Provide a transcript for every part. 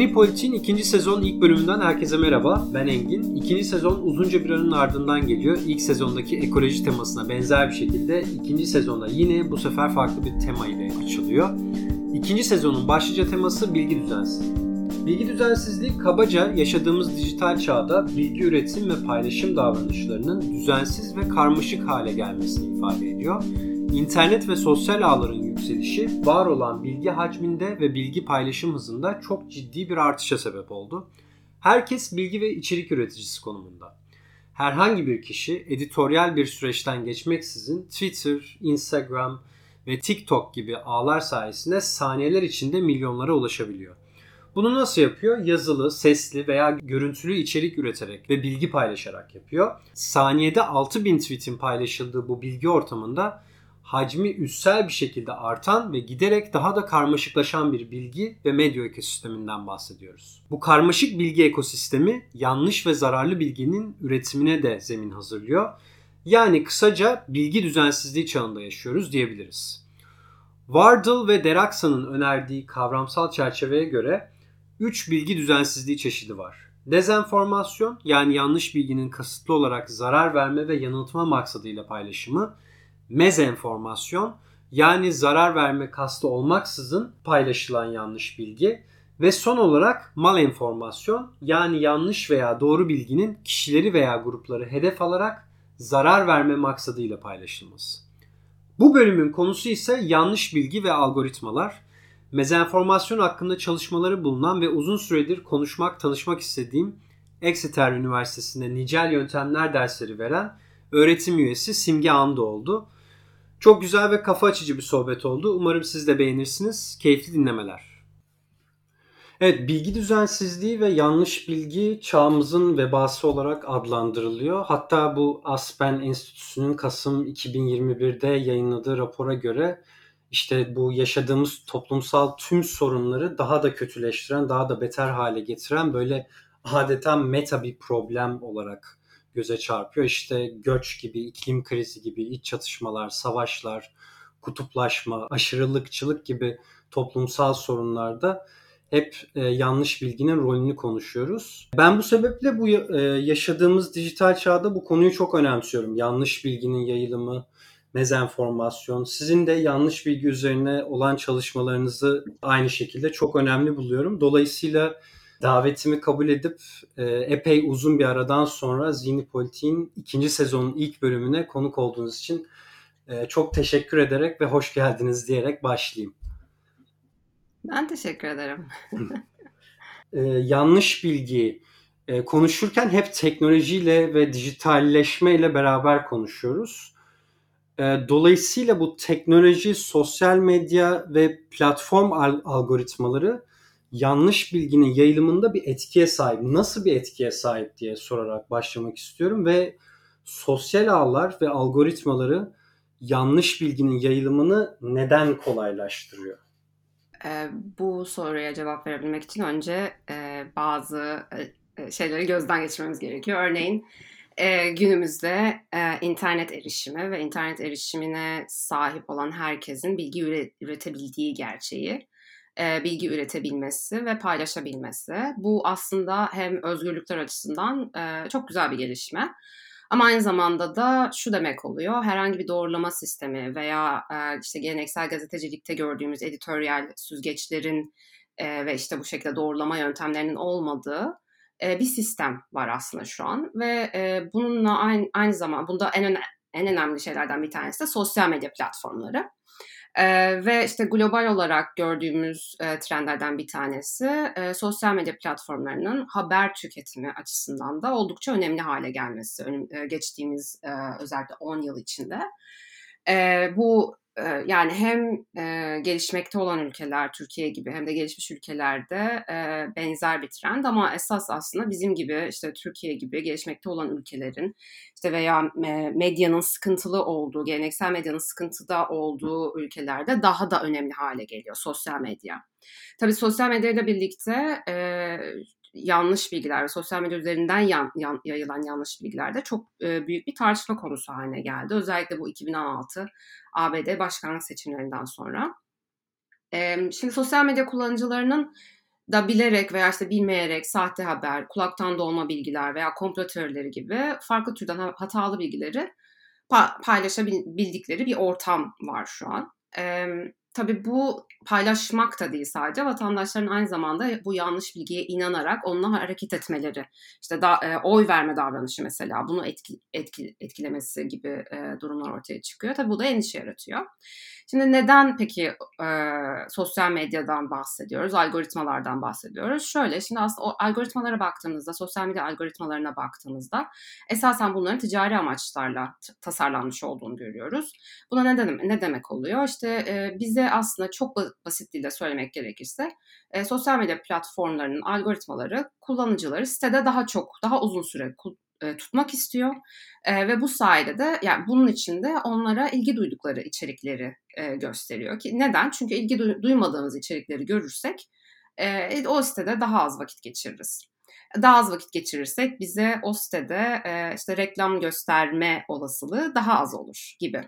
Zihni Politik'in ikinci sezon ilk bölümünden herkese merhaba. Ben Engin. İkinci sezon uzunca bir aranın ardından geliyor. İlk sezondaki ekoloji temasına benzer bir şekilde ikinci sezonda yine bu sefer farklı bir tema ile açılıyor. İkinci sezonun başlıca teması bilgi düzensizliği. Bilgi düzensizliği kabaca yaşadığımız dijital çağda bilgi üretim ve paylaşım davranışlarının düzensiz ve karmaşık hale gelmesini ifade ediyor. İnternet ve sosyal ağların yükselişi var olan bilgi hacminde ve bilgi paylaşım hızında çok ciddi bir artışa sebep oldu. Herkes bilgi ve içerik üreticisi konumunda. Herhangi bir kişi editoryal bir süreçten geçmeksizin Twitter, Instagram ve TikTok gibi ağlar sayesinde saniyeler içinde milyonlara ulaşabiliyor. Bunu nasıl yapıyor? Yazılı, sesli veya görüntülü içerik üreterek ve bilgi paylaşarak yapıyor. Saniyede 6000 tweet'in paylaşıldığı bu bilgi ortamında hacmi üssel bir şekilde artan ve giderek daha da karmaşıklaşan bir bilgi ve medya ekosisteminden bahsediyoruz. Bu karmaşık bilgi ekosistemi yanlış ve zararlı bilginin üretimine de zemin hazırlıyor. Yani kısaca bilgi düzensizliği çağında yaşıyoruz diyebiliriz. Wardle ve Deraksa'nın önerdiği kavramsal çerçeveye göre 3 bilgi düzensizliği çeşidi var. Dezenformasyon, yani yanlış bilginin kasıtlı olarak zarar verme ve yanıltma maksadıyla paylaşımı. Mezenformasyon, yani zarar verme kastı olmaksızın paylaşılan yanlış bilgi. Ve son olarak malenformasyon, yani yanlış veya doğru bilginin kişileri veya grupları hedef alarak zarar verme maksadıyla paylaşılması. Bu bölümün konusu ise yanlış bilgi ve algoritmalar. Mezenformasyon hakkında çalışmaları bulunan ve uzun süredir tanışmak istediğim Exeter Üniversitesi'nde nicel yöntemler dersleri veren öğretim üyesi Simge Ando oldu. Çok güzel ve kafa açıcı bir sohbet oldu. Umarım siz de beğenirsiniz. Keyifli dinlemeler. Evet, bilgi düzensizliği ve yanlış bilgi çağımızın vebası olarak adlandırılıyor. Hatta bu Aspen Enstitüsü'nün Kasım 2021'de yayınladığı rapora göre işte bu yaşadığımız toplumsal tüm sorunları daha da kötüleştiren, daha da beter hale getiren böyle adeta meta bir problem olarak göze çarpıyor. İşte göç gibi, iklim krizi gibi, iç çatışmalar, savaşlar, kutuplaşma, aşırılıkçılık gibi toplumsal sorunlarda hep yanlış bilginin rolünü konuşuyoruz. Ben bu sebeple bu yaşadığımız dijital çağda bu konuyu çok önemsiyorum. Yanlış bilginin yayılımı, mezenformasyon. Sizin de yanlış bilgi üzerine olan çalışmalarınızı aynı şekilde çok önemli buluyorum. Dolayısıyla davetimi kabul edip epey uzun bir aradan sonra Zihni Politik'in ikinci sezonun ilk bölümüne konuk olduğunuz için çok teşekkür ederek ve hoş geldiniz diyerek başlayayım. Ben teşekkür ederim. Yanlış bilgi konuşurken hep teknolojiyle ve dijitalleşmeyle beraber konuşuyoruz. Dolayısıyla bu teknoloji, sosyal medya ve platform algoritmaları yanlış bilginin yayılımında bir etkiye sahip. Nasıl bir etkiye sahip diye sorarak başlamak istiyorum ve sosyal ağlar ve algoritmaları yanlış bilginin yayılımını neden kolaylaştırıyor? Bu soruya cevap verebilmek için önce bazı şeyleri gözden geçirmemiz gerekiyor. Örneğin günümüzde internet erişimi ve internet erişimine sahip olan herkesin bilgi üretebildiği gerçeği, bilgi üretebilmesi ve paylaşabilmesi. Bu aslında hem özgürlükler açısından çok güzel bir gelişme. Ama aynı zamanda da şu demek oluyor, herhangi bir doğrulama sistemi veya işte geleneksel gazetecilikte gördüğümüz editoryal süzgeçlerin ve işte bu şekilde doğrulama yöntemlerinin olmadığı bir sistem var aslında şu an ve bununla aynı zamanda bunda en önemli şeylerden bir tanesi de sosyal medya platformları. Ve işte global olarak gördüğümüz trendlerden bir tanesi sosyal medya platformlarının haber tüketimi açısından da oldukça önemli hale gelmesi geçtiğimiz özellikle 10 yıl içinde. Bu yani hem gelişmekte olan ülkeler, Türkiye gibi hem de gelişmiş ülkelerde benzer bir trend ama esas aslında bizim gibi işte Türkiye gibi gelişmekte olan ülkelerin işte veya medyanın sıkıntılı olduğu, geleneksel medyanın sıkıntıda olduğu ülkelerde daha da önemli hale geliyor sosyal medya. Tabii sosyal medyayla birlikte yanlış bilgiler ve sosyal medya üzerinden yayılan yanlış bilgiler de çok büyük bir tartışma konusu haline geldi. Özellikle bu 2016 ABD başkanlık seçimlerinden sonra. Şimdi sosyal medya kullanıcılarının da bilerek veya işte bilmeyerek sahte haber, kulaktan dolma bilgiler veya komplo teorileri gibi farklı türden hatalı bilgileri paylaşabildikleri bir ortam var şu an. Tabii bu paylaşmak da değil sadece, vatandaşların aynı zamanda bu yanlış bilgiye inanarak onunla hareket etmeleri, işte oy verme davranışı mesela bunu etkilemesi gibi durumlar ortaya çıkıyor. Tabii bu da endişe yaratıyor. Şimdi neden peki sosyal medyadan bahsediyoruz, algoritmalardan bahsediyoruz? Şöyle, şimdi aslında o algoritmalara baktığımızda, sosyal medya algoritmalarına baktığımızda esasen bunların ticari amaçlarla tasarlanmış olduğunu görüyoruz. Buna ne demek oluyor? İşte bize aslında çok basit dille söylemek gerekirse sosyal medya platformlarının algoritmaları kullanıcıları sitede daha uzun süre tutmak istiyor ve bu sayede de yani bunun için de onlara ilgi duydukları içerikleri gösteriyor ki neden? Çünkü ilgi duymadığımız içerikleri görürsek o sitede daha az vakit geçiririz. Daha az vakit geçirirsek bize o sitede işte reklam gösterme olasılığı daha az olur gibi.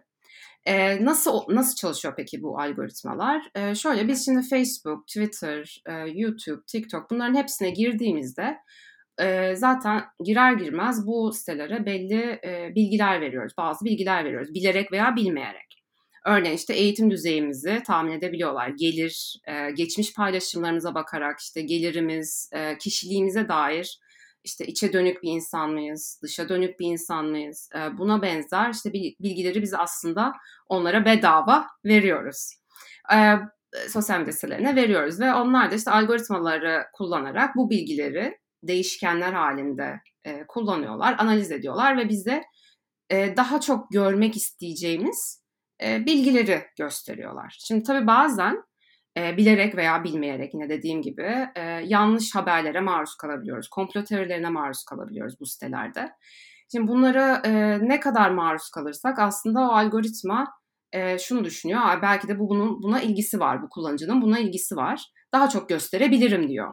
Nasıl çalışıyor peki bu algoritmalar? Şöyle, biz şimdi Facebook, Twitter, YouTube, TikTok bunların hepsine girdiğimizde zaten girer girmez bu sitelere belli bilgiler veriyoruz. Bazı bilgiler veriyoruz. Bilerek veya bilmeyerek. Örneğin işte eğitim düzeyimizi tahmin edebiliyorlar. Gelir, geçmiş paylaşımlarımıza bakarak işte gelirimiz, kişiliğimize dair işte içe dönük bir insan mıyız, dışa dönük bir insan mıyız? Buna benzer işte bilgileri biz aslında onlara bedava veriyoruz. Sosyal medya sitelerine veriyoruz ve onlar da işte algoritmaları kullanarak bu bilgileri değişkenler halinde kullanıyorlar, analiz ediyorlar ve bize daha çok görmek isteyeceğimiz bilgileri gösteriyorlar. Şimdi tabii bazen bilerek veya bilmeyerek yine dediğim gibi yanlış haberlere maruz kalabiliyoruz. Komplo teorilerine maruz kalabiliyoruz bu sitelerde. Şimdi bunlara ne kadar maruz kalırsak aslında o algoritma şunu düşünüyor. Belki de buna ilgisi var, bu kullanıcının buna ilgisi var. Daha çok gösterebilirim diyor.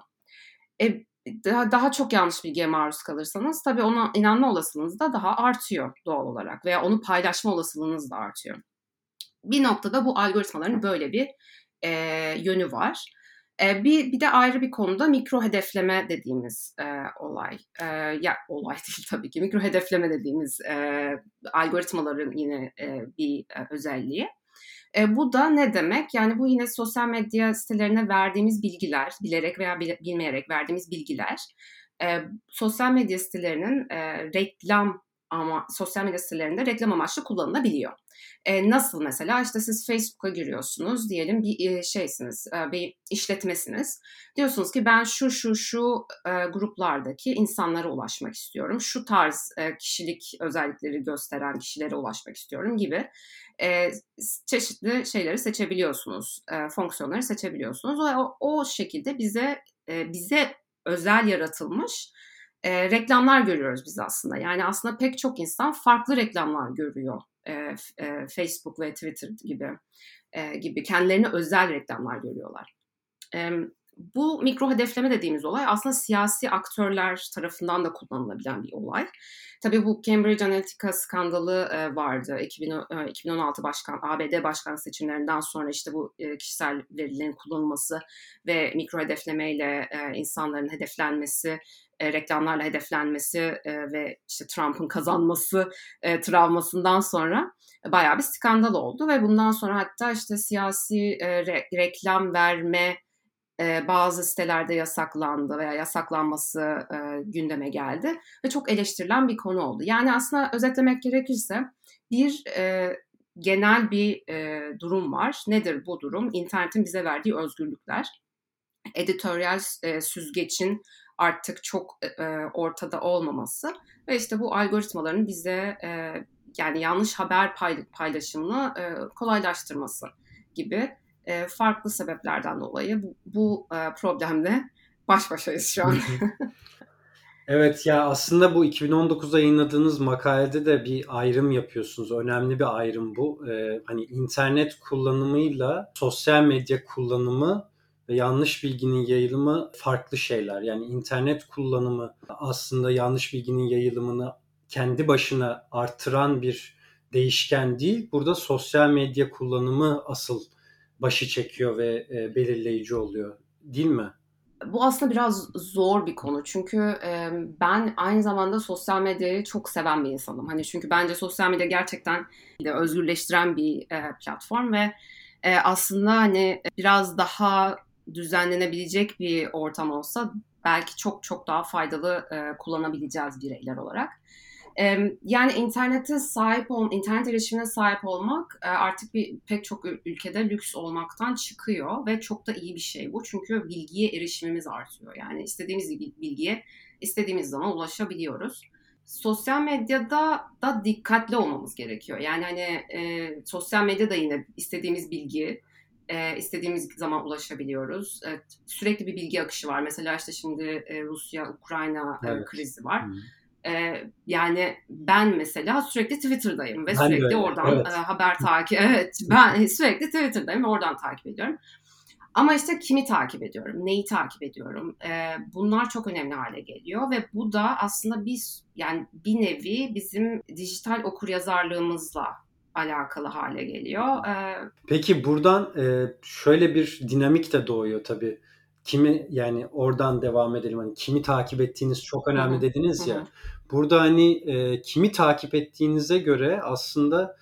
Daha çok yanlış bilgiye maruz kalırsanız tabii ona inanma olasılığınız da daha artıyor doğal olarak veya onu paylaşma olasılığınız da artıyor. Bir noktada bu algoritmaların böyle bir yönü var. Bir de ayrı bir konuda mikro hedefleme dediğimiz olay. Olay değil tabii ki. Mikro hedefleme dediğimiz algoritmaların yine bir özelliği. Bu da ne demek? Yani bu yine sosyal medya sitelerine verdiğimiz bilgiler, bilerek veya bilmeyerek verdiğimiz bilgiler, sosyal medya sitelerinin sosyal medya sitelerinde reklam amaçlı kullanılabiliyor. Nasıl mesela? İşte siz Facebook'a giriyorsunuz, diyelim bir bir işletmesiniz. Diyorsunuz ki ben şu gruplardaki insanlara ulaşmak istiyorum. Şu tarz kişilik özellikleri gösteren kişilere ulaşmak istiyorum gibi çeşitli şeyleri seçebiliyorsunuz, fonksiyonları seçebiliyorsunuz. O şekilde bize özel yaratılmış reklamlar görüyoruz biz aslında. Yani aslında pek çok insan farklı reklamlar görüyor. Facebook ve Twitter gibi kendilerine özel reklamlar görüyorlar. Bu mikro hedefleme dediğimiz olay aslında siyasi aktörler tarafından da kullanılabilen bir olay. Tabii bu Cambridge Analytica skandalı vardı. 2016 ABD başkan seçimlerinden sonra işte bu kişisel verilerin kullanılması ve mikro hedeflemeyle insanların hedeflenmesi, reklamlarla hedeflenmesi ve işte Trump'ın kazanması travmasından sonra bayağı bir skandal oldu ve bundan sonra hatta işte siyasi reklam verme bazı sitelerde yasaklandı veya yasaklanması gündeme geldi ve çok eleştirilen bir konu oldu. Yani aslında özetlemek gerekirse genel bir durum var. Nedir bu durum? İnternetin bize verdiği özgürlükler. Editoryal süzgecin artık çok ortada olmaması ve işte bu algoritmaların bize yani yanlış haber paylaşımını kolaylaştırması gibi farklı sebeplerden dolayı bu problemle baş başayız şu an. Evet ya, aslında bu 2019'da yayınladığınız makalede de bir ayrım yapıyorsunuz. Önemli bir ayrım bu. Hani internet kullanımıyla sosyal medya kullanımı ve yanlış bilginin yayılımı farklı şeyler. Yani internet kullanımı aslında yanlış bilginin yayılımını kendi başına artıran bir değişken değil. Burada sosyal medya kullanımı asıl başı çekiyor ve belirleyici oluyor. Değil mi? Bu aslında biraz zor bir konu çünkü ben aynı zamanda sosyal medyayı çok seven bir insanım. Hani çünkü bence sosyal medya gerçekten de özgürleştiren bir platform ve aslında hani biraz daha düzenlenebilecek bir ortam olsa belki çok çok daha faydalı kullanabileceğiz bireyler olarak. Yani internet erişimine sahip olmak artık pek çok ülkede lüks olmaktan çıkıyor ve çok da iyi bir şey bu. Çünkü bilgiye erişimimiz artıyor. Yani istediğimiz bilgiye istediğimiz zaman ulaşabiliyoruz. Sosyal medyada da dikkatli olmamız gerekiyor. Yani hani sosyal medyada yine istediğimiz bilgi istediğimiz zaman ulaşabiliyoruz. Sürekli bir bilgi akışı var. Mesela işte şimdi Rusya-Ukrayna Evet. krizi var. Hı. Yani ben mesela sürekli Twitter'dayım ve Ben de sürekli öyle. oradan Evet. haber takip. Evet, ben sürekli Twitter'dayım ve oradan takip ediyorum. Ama işte kimi takip ediyorum, neyi takip ediyorum? Bunlar çok önemli hale geliyor ve bu da aslında yani bir nevi bizim dijital okuryazarlığımızla alakalı hale geliyor. Peki buradan şöyle bir dinamik de doğuyor tabii. Kimi yani oradan devam edelim. Hani kimi takip ettiğiniz çok Hı önemli hı, hı dediniz ya. hı. Burada hani kimi takip ettiğinize göre aslında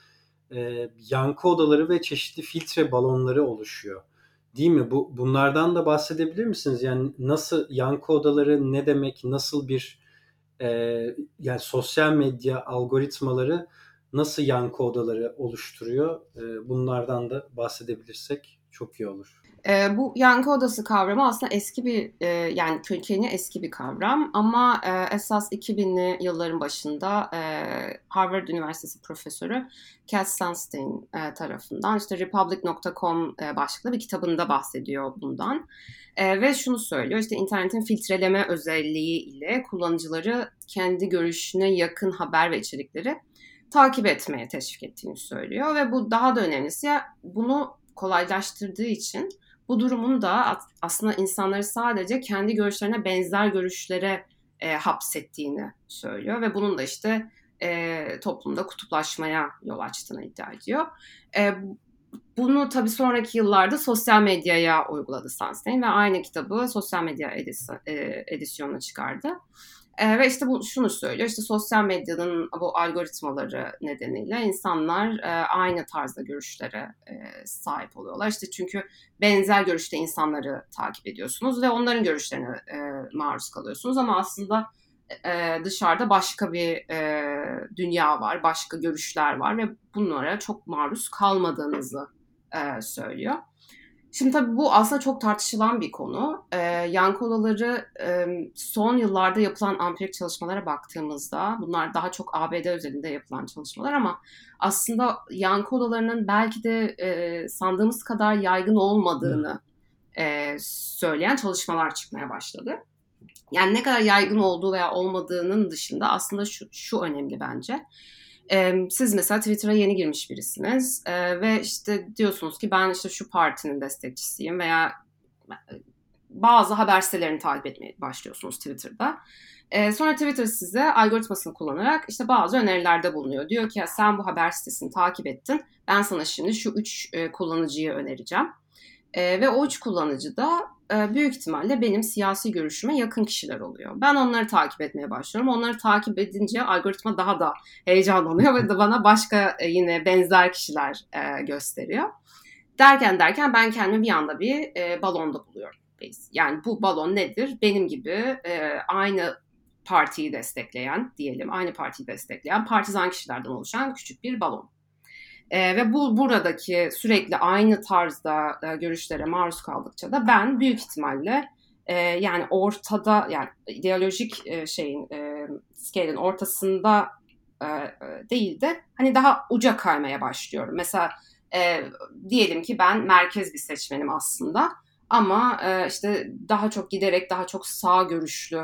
yankı odaları ve çeşitli filtre balonları oluşuyor. Değil mi? Bunlardan da bahsedebilir misiniz? Yani nasıl yankı odaları ne demek? Nasıl bir e, yani sosyal medya algoritmaları nasıl yankı odaları oluşturuyor? Bunlardan da bahsedebilirsek çok iyi olur. Bu yankı odası kavramı aslında yani kökeni eski bir kavram ama esas 2000'li yılların başında Harvard Üniversitesi profesörü Cass Sunstein tarafından işte Republic.com başlıklı bir kitabında bahsediyor bundan. Ve şunu söylüyor işte internetin filtreleme özelliği ile kullanıcıları kendi görüşüne yakın haber ve içerikleri takip etmeye teşvik ettiğini söylüyor ve bu daha da önemlisi ya bunu kolaylaştırdığı için bu durumun da aslında insanları sadece kendi görüşlerine benzer görüşlere hapsettiğini söylüyor ve bunun da işte toplumda kutuplaşmaya yol açtığını iddia ediyor. Bunu tabii sonraki yıllarda sosyal medyaya uyguladı Sunstein ve aynı kitabı sosyal medya edisyonuna çıkardı. Ve işte şunu söylüyor, işte sosyal medyanın bu algoritmaları nedeniyle insanlar aynı tarzda görüşlere sahip oluyorlar. İşte çünkü benzer görüşte insanları takip ediyorsunuz ve onların görüşlerine maruz kalıyorsunuz ama aslında dışarıda başka bir dünya var, başka görüşler var ve bunlara çok maruz kalmadığınızı söylüyor. Şimdi tabii bu aslında çok tartışılan bir konu. Yankı odaları son yıllarda yapılan empirik çalışmalara baktığımızda bunlar daha çok ABD özelinde yapılan çalışmalar ama aslında yankı odalarının belki de sandığımız kadar yaygın olmadığını söyleyen çalışmalar çıkmaya başladı. Yani ne kadar yaygın olduğu veya olmadığının dışında aslında şu önemli bence. Siz mesela Twitter'a yeni girmiş birisiniz ve işte diyorsunuz ki ben işte şu partinin destekçisiyim veya bazı haber sitelerini takip etmeye başlıyorsunuz Twitter'da. Sonra Twitter size algoritmasını kullanarak işte bazı önerilerde bulunuyor. Diyor ki ya sen bu haber sitesini takip ettin. Ben sana şimdi şu 3 kullanıcıyı önereceğim. Ve o 3 kullanıcı da büyük ihtimalle benim siyasi görüşüme yakın kişiler oluyor. Ben onları takip etmeye başlıyorum. Onları takip edince algoritma daha da heyecanlanıyor ve de bana başka yine benzer kişiler gösteriyor. Derken ben kendimi bir anda bir balonda buluyorum. Yani bu balon nedir? Benim gibi aynı partiyi destekleyen diyelim, aynı partiyi destekleyen partizan kişilerden oluşan küçük bir balon. Ve buradaki sürekli aynı tarzda görüşlere maruz kaldıkça da ben büyük ihtimalle yani ortada yani ideolojik scale'in ortasında değil de hani daha uca kaymaya başlıyorum. Mesela diyelim ki ben merkez bir seçmenim aslında ama işte daha çok giderek daha çok sağ görüşlü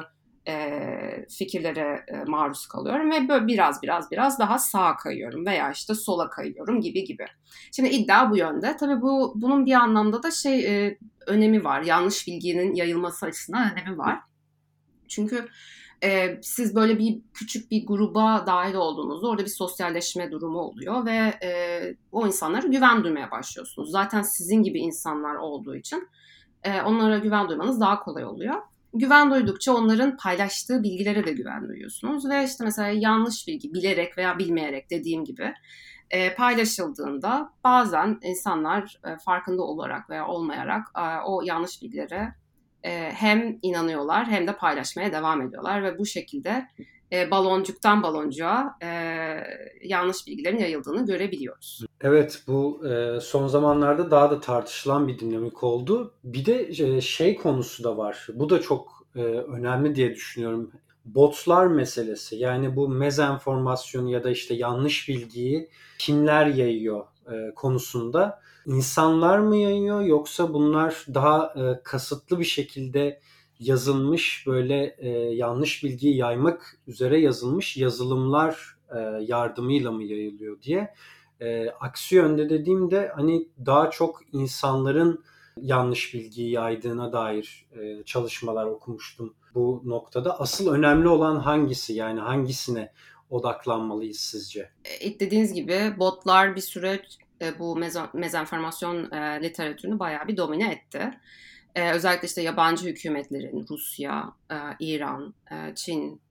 fikirlere maruz kalıyorum ve böyle biraz daha sağa kayıyorum veya işte sola kayıyorum gibi. Şimdi iddia bu yönde. Tabii bunun bir anlamda da önemi var. Yanlış bilginin yayılması açısından önemi var. Çünkü siz böyle küçük bir gruba dahil olduğunuzda orada bir sosyalleşme durumu oluyor ve o insanlara güven duymaya başlıyorsunuz. Zaten sizin gibi insanlar olduğu için onlara güven duymanız daha kolay oluyor. Güven duydukça onların paylaştığı bilgilere de güven duyuyorsunuz ve işte mesela yanlış bilgi bilerek veya bilmeyerek dediğim gibi paylaşıldığında bazen insanlar farkında olarak veya olmayarak o yanlış bilgilere hem inanıyorlar hem de paylaşmaya devam ediyorlar ve bu şekilde baloncuktan baloncuğa yanlış bilgilerin yayıldığını görebiliyoruz. Evet, bu son zamanlarda daha da tartışılan bir dinamik oldu. Bir de şey konusu da var. Bu da çok önemli diye düşünüyorum. Botlar meselesi. Yani bu mezenformasyon ya da işte yanlış bilgiyi kimler yayıyor konusunda. İnsanlar mı yayıyor yoksa bunlar daha kasıtlı bir şekilde yazılmış böyle yanlış bilgiyi yaymak üzere yazılmış yazılımlar yardımıyla mı yayılıyor diye. Aksi yönde dediğimde hani daha çok insanların yanlış bilgiyi yaydığına dair çalışmalar okumuştum bu noktada. Asıl önemli olan hangisi, yani hangisine odaklanmalıyız sizce? İlk dediğiniz gibi botlar bir süre bu mezenformasyon literatürünü bayağı bir domine etti. Özellikle işte yabancı hükümetlerin, Rusya, İran, Çin,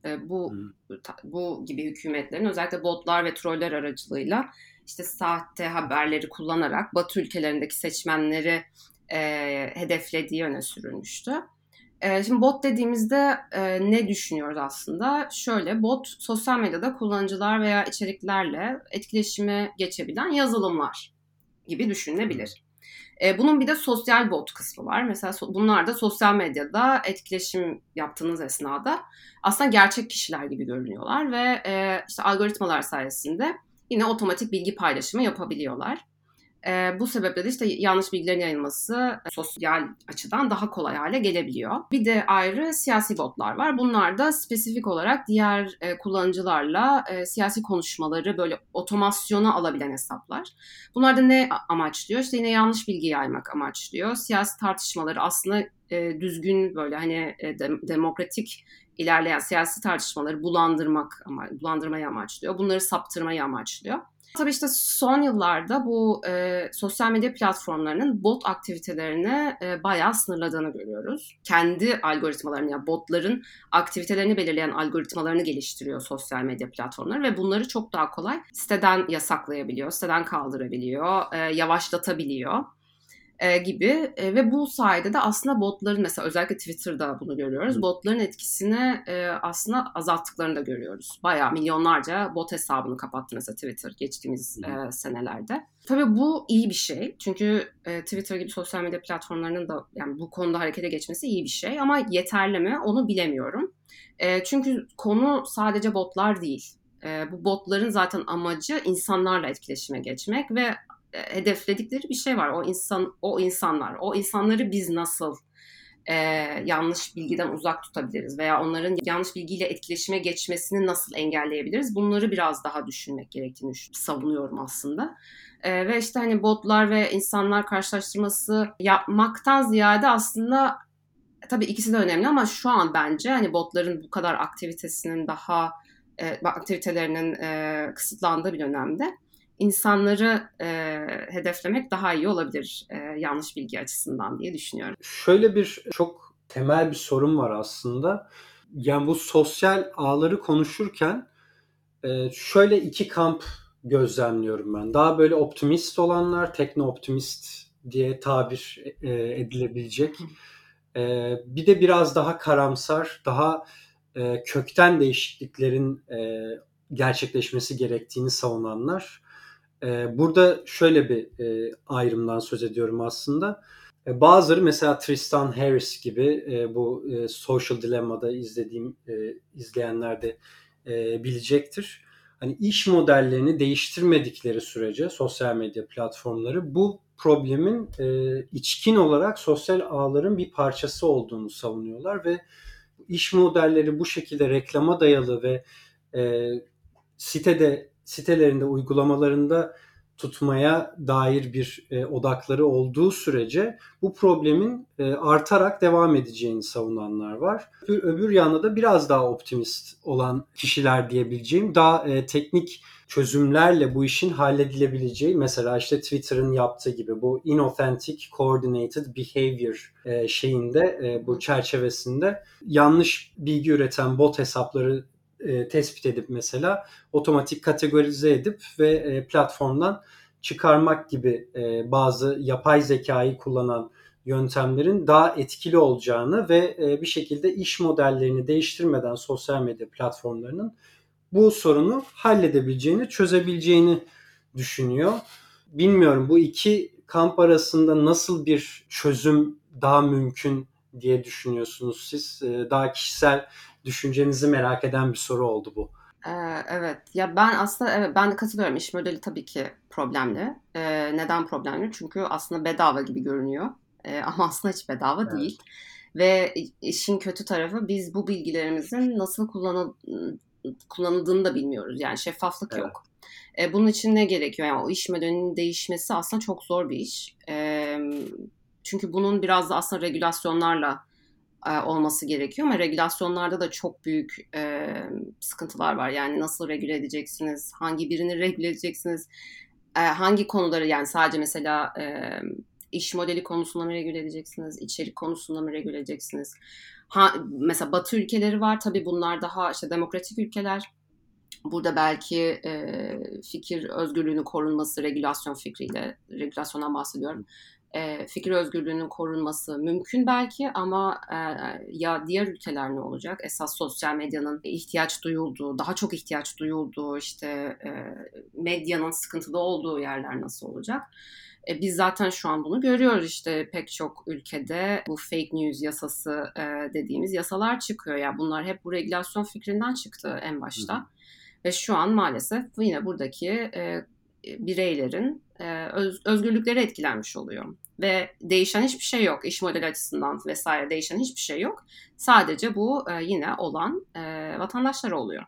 bu gibi hükümetlerin özellikle botlar ve troller aracılığıyla işte sahte haberleri kullanarak Batı ülkelerindeki seçmenleri hedeflediği öne sürülmüştü. Şimdi bot dediğimizde ne düşünüyoruz aslında? Şöyle, bot sosyal medyada kullanıcılar veya içeriklerle etkileşime geçebilen yazılımlar gibi düşünülebilir. Bunun bir de sosyal bot kısmı var. Mesela bunlar da sosyal medyada etkileşim yaptığınız esnada aslında gerçek kişiler gibi görünüyorlar ve işte algoritmalar sayesinde yine otomatik bilgi paylaşımı yapabiliyorlar. Bu sebeple de işte yanlış bilgilerin yayılması sosyal açıdan daha kolay hale gelebiliyor. Bir de ayrı siyasi botlar var. Bunlar da spesifik olarak diğer kullanıcılarla siyasi konuşmaları böyle otomasyona alabilen hesaplar. Bunlar da ne amaçlıyor? İşte yine yanlış bilgi yaymak amaçlıyor. Siyasi tartışmaları aslında düzgün böyle hani demokratik ilerleyen siyasi tartışmaları bulandırmayı amaçlıyor. Bunları saptırmayı amaçlıyor. Tabii işte son yıllarda bu sosyal medya platformlarının bot aktivitelerini bayağı sınırladığını görüyoruz. Kendi algoritmalarını, yani botların aktivitelerini belirleyen algoritmalarını geliştiriyor sosyal medya platformları ve bunları çok daha kolay siteden yasaklayabiliyor, siteden kaldırabiliyor, yavaşlatabiliyor gibi ve bu sayede de aslında botların mesela özellikle Twitter'da bunu görüyoruz. Botların etkisini aslında azalttıklarını da görüyoruz. Bayağı milyonlarca bot hesabını kapattı mesela Twitter geçtiğimiz senelerde. Tabii bu iyi bir şey. Çünkü Twitter gibi sosyal medya platformlarının da yani bu konuda harekete geçmesi iyi bir şey ama yeterli mi onu bilemiyorum. Çünkü konu sadece botlar değil. Bu botların zaten amacı insanlarla etkileşime geçmek ve hedefledikleri bir şey var. O insanları biz nasıl yanlış bilgiden uzak tutabiliriz veya onların yanlış bilgiyle etkileşime geçmesini nasıl engelleyebiliriz? Bunları biraz daha düşünmek gerektiğini savunuyorum aslında. Ve işte hani botlar ve insanlar karşılaştırması yapmaktan ziyade aslında tabii ikisi de önemli ama şu an bence hani botların bu kadar aktivitelerinin kısıtlandığı bir dönemde insanları hedeflemek daha iyi olabilir yanlış bilgi açısından diye düşünüyorum. Şöyle bir çok temel bir sorun var aslında. Yani bu sosyal ağları konuşurken şöyle iki kamp gözlemliyorum ben. Daha böyle optimist olanlar, tekno-optimist diye tabir edilebilecek. Bir de biraz daha karamsar, daha kökten değişikliklerin gerçekleşmesi gerektiğini savunanlar. Burada şöyle bir ayrımdan söz ediyorum aslında. Bazıları mesela Tristan Harris gibi bu Social Dilemma'da izleyenler de bilecektir. Hani iş modellerini değiştirmedikleri sürece sosyal medya platformları bu problemin içkin olarak sosyal ağların bir parçası olduğunu savunuyorlar ve iş modelleri bu şekilde reklama dayalı ve sitelerinde, uygulamalarında tutmaya dair bir odakları olduğu sürece bu problemin artarak devam edeceğini savunanlar var. Öbür yanda da biraz daha optimist olan kişiler diyebileceğim, daha teknik çözümlerle bu işin halledilebileceği, mesela işte Twitter'ın yaptığı gibi bu inauthentic coordinated behavior şeyinde, bu çerçevesinde yanlış bilgi üreten bot hesapları tespit edip mesela otomatik kategorize edip ve platformdan çıkarmak gibi bazı yapay zekayı kullanan yöntemlerin daha etkili olacağını ve bir şekilde iş modellerini değiştirmeden sosyal medya platformlarının bu sorunu halledebileceğini, çözebileceğini düşünüyor. Bilmiyorum, bu iki kamp arasında nasıl bir çözüm daha mümkün diye düşünüyorsunuz siz? Daha kişisel düşüncenizi merak eden bir soru oldu bu. Evet, ya ben aslında evet ben de katılıyorum. İş modeli tabii ki problemli. Neden problemli? Çünkü aslında bedava gibi görünüyor. Ama aslında hiç bedava Evet. değil. Ve işin kötü tarafı biz bu bilgilerimizin nasıl kullanıldığını da bilmiyoruz. Yani şeffaflık Evet. yok. Bunun için ne gerekiyor? Yani o iş modelinin değişmesi aslında çok zor bir iş. Çünkü bunun biraz da aslında regülasyonlarla olması gerekiyor ama regülasyonlarda da çok büyük sıkıntılar var. Yani nasıl regüle edeceksiniz, hangi birini regüle edeceksiniz, hangi konuları, yani sadece mesela iş modeli konusunda mı regüle edeceksiniz, içerik konusunda mı regüle edeceksiniz? Mesela Batı ülkeleri var, tabii bunlar daha işte demokratik ülkeler. Burada belki fikir özgürlüğünün korunması, regülasyon fikriyle, regülasyondan bahsediyorum. Fikir özgürlüğünün korunması mümkün belki ama ya diğer ülkeler ne olacak? Esas sosyal medyanın ihtiyaç duyulduğu, daha çok ihtiyaç duyulduğu, işte medyanın sıkıntıda olduğu yerler nasıl olacak? Biz zaten şu an bunu görüyoruz, işte pek çok ülkede bu fake news yasası dediğimiz yasalar çıkıyor. Yani bunlar hep bu regülasyon fikrinden çıktı en başta. Hı hı. Ve şu an maalesef yine buradaki bireylerin özgürlükleri etkilenmiş oluyor. Ve değişen hiçbir şey yok. İş modeli açısından vesaire değişen hiçbir şey yok. Sadece bu yine olan vatandaşlar oluyor.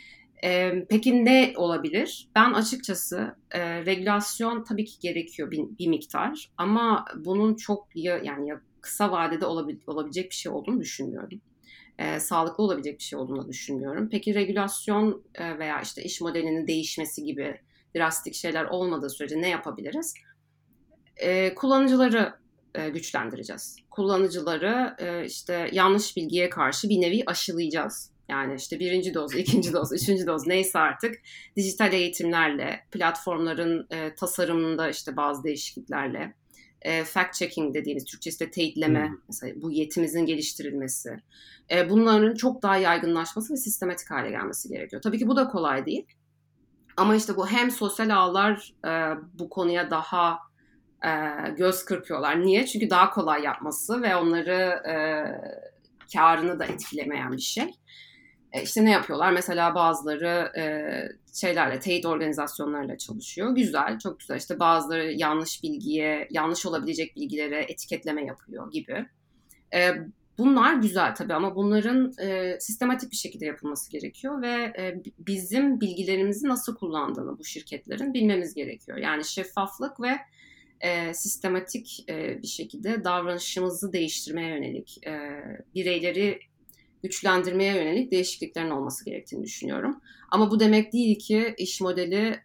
Peki ne olabilir? Ben açıkçası regülasyon tabii ki gerekiyor bir miktar ama bunun çok yani kısa vadede olabilecek bir şey olduğunu düşünmüyorum. Sağlıklı olabilecek bir şey olduğunu düşünmüyorum. Peki regülasyon veya işte iş modelinin değişmesi gibi drastik şeyler olmadığı sürece ne yapabiliriz? Kullanıcıları güçlendireceğiz. Kullanıcıları işte yanlış bilgiye karşı bir nevi aşılayacağız. Yani işte birinci doz, ikinci doz, üçüncü doz neyse artık dijital eğitimlerle, platformların tasarımında işte bazı değişikliklerle, fact checking dediğimiz Türkçesi de teyitleme, mesela bu yetimizin geliştirilmesi, bunların çok daha yaygınlaşması ve sistematik hale gelmesi gerekiyor. Tabii ki bu da kolay değil. Ama işte bu hem sosyal ağlar bu konuya daha göz kırpıyorlar. Niye? Çünkü daha kolay yapması ve onları karını da etkilemeyen bir şey. İşte ne yapıyorlar? Mesela bazıları şeylerle, teyit organizasyonlarıyla çalışıyor. Güzel, çok güzel. İşte bazıları yanlış bilgiye, yanlış olabilecek bilgilere etiketleme yapıyor gibi. Bunlar güzel tabii ama bunların sistematik bir şekilde yapılması gerekiyor ve bizim bilgilerimizi nasıl kullandığını bu şirketlerin bilmemiz gerekiyor. Yani şeffaflık ve sistematik bir şekilde davranışımızı değiştirmeye yönelik, bireyleri güçlendirmeye yönelik değişikliklerin olması gerektiğini düşünüyorum. Ama bu demek değil ki iş modeli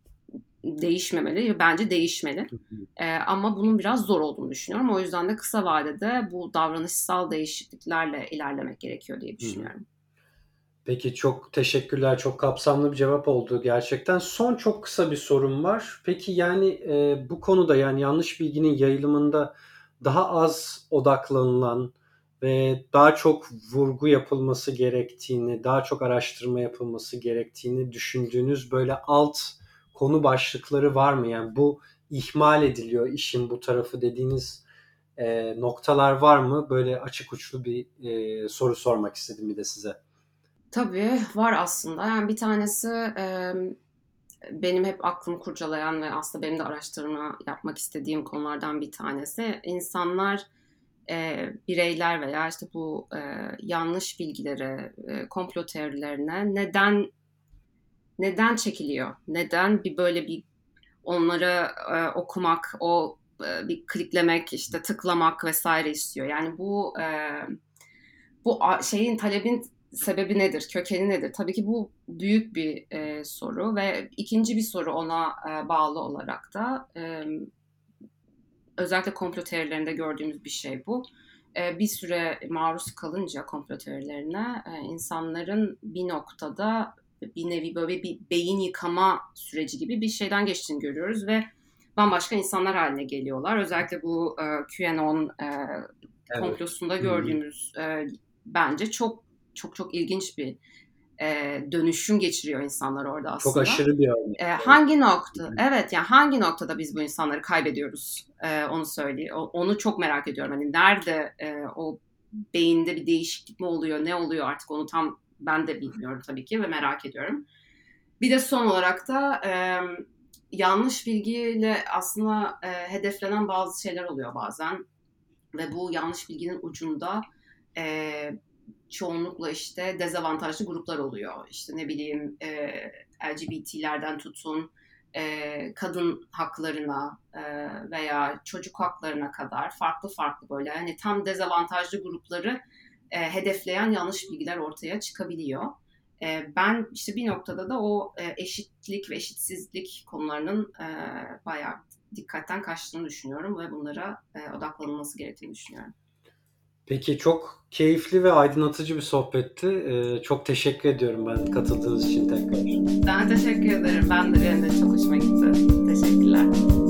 değişmemeli. Bence değişmeli. Ama bunun biraz zor olduğunu düşünüyorum. O yüzden de kısa vadede bu davranışsal değişikliklerle ilerlemek gerekiyor diye düşünüyorum. Peki, çok teşekkürler. Çok kapsamlı bir cevap oldu gerçekten. Son çok kısa bir sorum var. Peki yani bu konuda, yani yanlış bilginin yayılımında daha az odaklanılan ve daha çok vurgu yapılması gerektiğini, daha çok araştırma yapılması gerektiğini düşündüğünüz böyle alt konu başlıkları var mı? Yani bu ihmal ediliyor işin bu tarafı dediğiniz noktalar var mı? Böyle açık uçlu bir soru sormak istedim bir de size. Tabii var aslında. Yani bir tanesi benim hep aklımı kurcalayan ve aslında benim de araştırma yapmak istediğim konulardan bir tanesi. İnsanlar, bireyler veya işte bu yanlış bilgilere, komplo teorilerine neden çekiliyor? Neden böyle bir onları okumak, bir kliklemek, işte tıklamak vesaire istiyor. Yani bu talebin sebebi nedir, kökeni nedir? Tabii ki bu büyük bir soru ve ikinci bir soru ona bağlı olarak da özellikle komplo teorilerinde gördüğümüz bir şey bu. Bir süre maruz kalınca komplo teorilerine insanların bir noktada bir nevi böyle bir beyin yıkama süreci gibi bir şeyden geçtiğini görüyoruz ve bambaşka insanlar haline geliyorlar. Özellikle bu QAnon komplosunda gördüğümüz bence çok çok çok ilginç bir dönüşüm geçiriyor insanlar orada aslında. Çok aşırı bir örnek. Hangi nokta? Evet, yani hangi noktada biz bu insanları kaybediyoruz? Onu söyleyeyim. Onu çok merak ediyorum. Hani nerede o beyinde bir değişiklik mi oluyor? Ne oluyor artık? Onu tam ben de bilmiyorum tabii ki ve merak ediyorum. Bir de son olarak da yanlış bilgiyle aslında hedeflenen bazı şeyler oluyor bazen. Ve bu yanlış bilginin ucunda çoğunlukla işte dezavantajlı gruplar oluyor. İşte ne bileyim LGBT'lerden tutun kadın haklarına veya çocuk haklarına kadar farklı farklı böyle hani tam dezavantajlı grupları hedefleyen yanlış bilgiler ortaya çıkabiliyor. Ben işte bir noktada da o eşitlik ve eşitsizlik konularının bayağı dikkatten kaçtığını düşünüyorum ve bunlara odaklanılması gerektiğini düşünüyorum. Peki çok keyifli ve aydınlatıcı bir sohbetti. Çok teşekkür ediyorum ben katıldığınız için tekrar. Ben teşekkür ederim. Benim de çok hoşuma gitti. Teşekkürler.